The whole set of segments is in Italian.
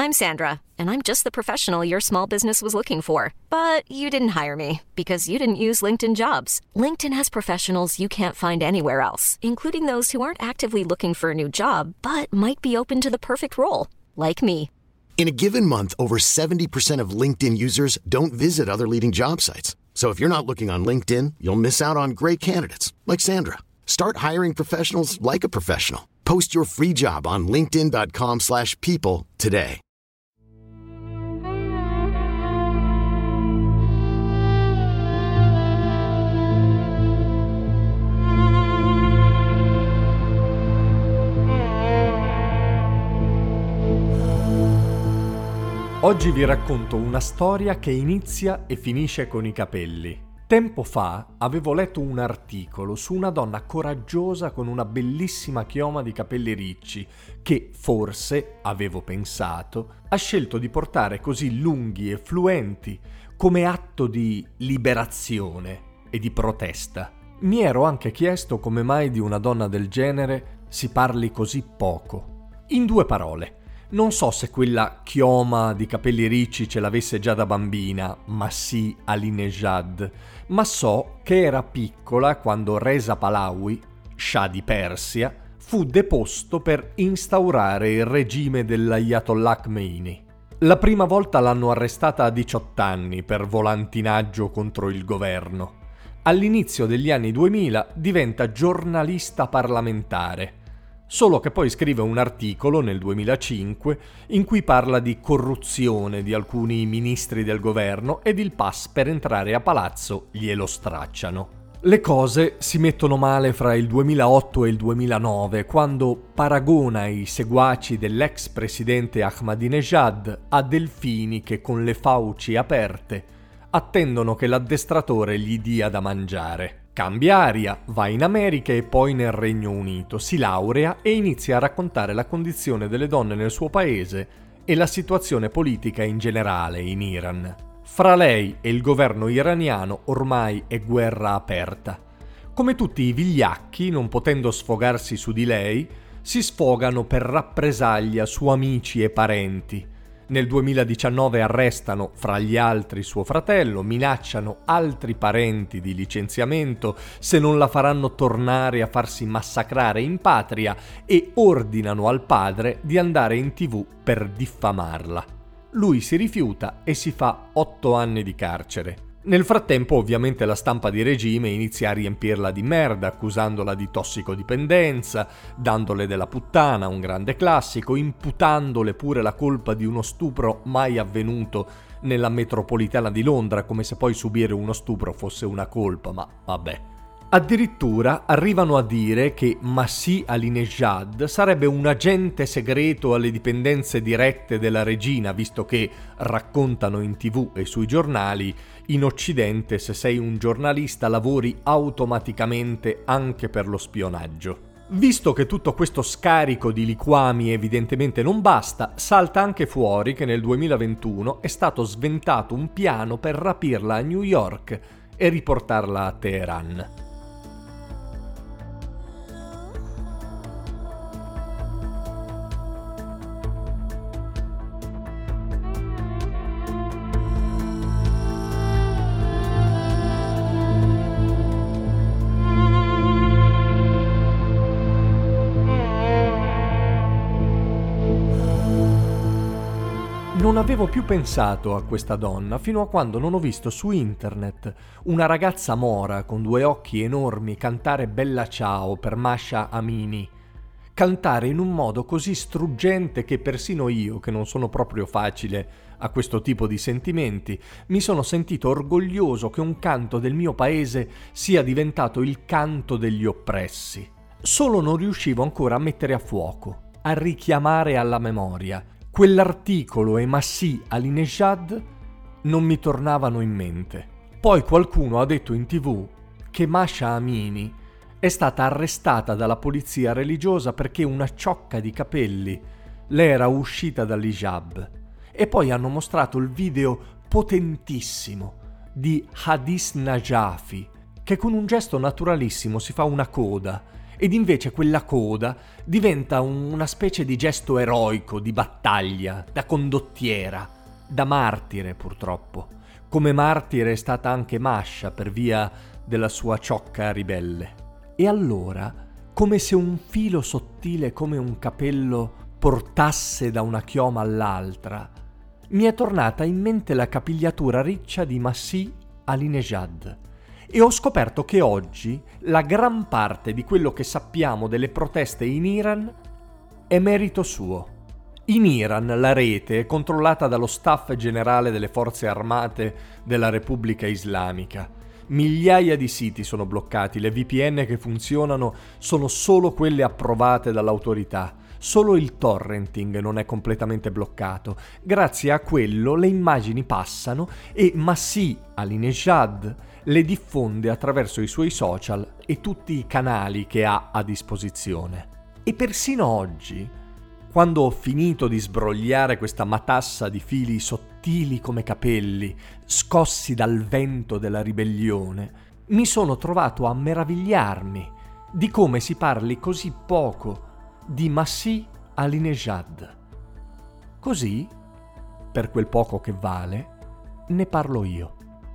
I'm Sandra, and I'm just the professional your small business was looking for. But you didn't hire me because you didn't use LinkedIn Jobs. LinkedIn has professionals you can't find anywhere else, including those who aren't actively looking for a new job, but might be open to the perfect role, like me. In a given month, over 70% of LinkedIn users don't visit other leading job sites. So if you're not looking on LinkedIn, you'll miss out on great candidates like Sandra. Start hiring professionals like a professional. Post your free job on linkedin.com/people today. Oggi vi racconto una storia che inizia e finisce con i capelli. Tempo fa avevo letto un articolo su una donna coraggiosa con una bellissima chioma di capelli ricci che forse, avevo pensato, ha scelto di portare così lunghi e fluenti come atto di liberazione e di protesta. Mi ero anche chiesto come mai di una donna del genere si parli così poco. In due parole. Non so se quella chioma di capelli ricci ce l'avesse già da bambina, Masih Alinejad, ma so che era piccola quando Reza Pahlavi, scià di Persia, fu deposto per instaurare il regime dell'Ayatollah Khomeini. La prima volta l'hanno arrestata a 18 anni per volantinaggio contro il governo. All'inizio degli anni 2000 diventa giornalista parlamentare. Solo che poi scrive un articolo nel 2005 in cui parla di corruzione di alcuni ministri del governo ed il pass per entrare a palazzo glielo stracciano. Le cose si mettono male fra il 2008 e il 2009 quando paragona i seguaci dell'ex presidente Ahmadinejad a delfini che con le fauci aperte attendono che l'addestratore gli dia da mangiare. Cambia aria, va in America e poi nel Regno Unito, si laurea e inizia a raccontare la condizione delle donne nel suo paese e la situazione politica in generale in Iran. Fra lei e il governo iraniano ormai è guerra aperta. Come tutti i vigliacchi, non potendo sfogarsi su di lei, si sfogano per rappresaglia su amici e parenti. Nel 2019 arrestano, fra gli altri, suo fratello, minacciano altri parenti di licenziamento se non la faranno tornare a farsi massacrare in patria e ordinano al padre di andare in TV per diffamarla. Lui si rifiuta e si fa 8 anni di carcere. Nel frattempo, ovviamente, la stampa di regime inizia a riempirla di merda, accusandola di tossicodipendenza, dandole della puttana, un grande classico, imputandole pure la colpa di uno stupro mai avvenuto nella metropolitana di Londra, come se poi subire uno stupro fosse una colpa, ma vabbè. Addirittura arrivano a dire che Masih Alinejad sarebbe un agente segreto alle dipendenze dirette della regina, visto che, raccontano in TV e sui giornali, in Occidente se sei un giornalista lavori automaticamente anche per lo spionaggio. Visto che tutto questo scarico di liquami evidentemente non basta, salta anche fuori che nel 2021 è stato sventato un piano per rapirla a New York e riportarla a Teheran. Non avevo più pensato a questa donna fino a quando non ho visto su internet una ragazza mora con 2 occhi enormi cantare Bella Ciao per Mahsa Amini. Cantare in un modo così struggente che persino io, che non sono proprio facile a questo tipo di sentimenti, mi sono sentito orgoglioso che un canto del mio paese sia diventato il canto degli oppressi. Solo non riuscivo ancora a mettere a fuoco, a richiamare alla memoria quell'articolo e Masih Alinejad non mi tornavano in mente. Poi qualcuno ha detto in TV che Mahsa Amini è stata arrestata dalla polizia religiosa perché una ciocca di capelli le era uscita dall'hijab. E poi hanno mostrato il video potentissimo di Hadis Najafi, che con un gesto naturalissimo si fa una coda ed invece quella coda diventa una specie di gesto eroico, di battaglia, da condottiera, da martire purtroppo. Come martire è stata anche Masha per via della sua ciocca ribelle. E allora, come se un filo sottile come un capello portasse da una chioma all'altra, mi è tornata in mente la capigliatura riccia di Masih Alinejad e ho scoperto che oggi la gran parte di quello che sappiamo delle proteste in Iran è merito suo. In Iran la rete è controllata dallo staff generale delle forze armate della Repubblica Islamica. Migliaia di siti sono bloccati, le VPN che funzionano sono solo quelle approvate dall'autorità. Solo il torrenting non è completamente bloccato. Grazie a quello le immagini passano e Masih Alinejad le diffonde attraverso i suoi social e tutti i canali che ha a disposizione. E persino oggi, quando ho finito di sbrogliare questa matassa di fili sottili come capelli, scossi dal vento della ribellione, mi sono trovato a meravigliarmi di come si parli così poco di Masih Alinejad. Così, per quel poco che vale, ne parlo io.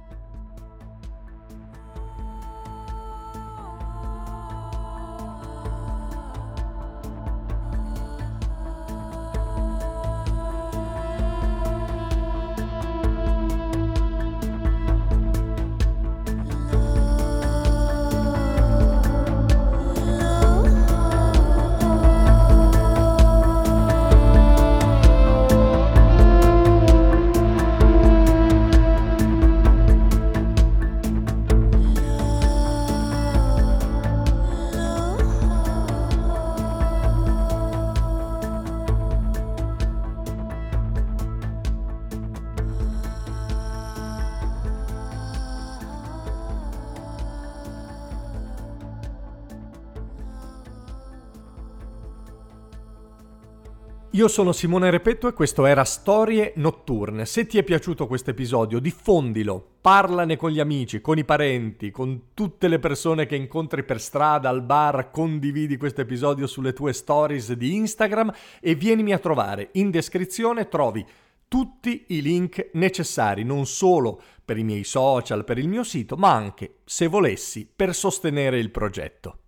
Io sono Simone Repetto e questo era Storie Notturne. Se ti è piaciuto questo episodio, diffondilo, parlane con gli amici, con i parenti, con tutte le persone che incontri per strada, al bar, condividi questo episodio sulle tue stories di Instagram e vienimi a trovare. In descrizione trovi tutti i link necessari, non solo per i miei social, per il mio sito, ma anche, se volessi, per sostenere il progetto.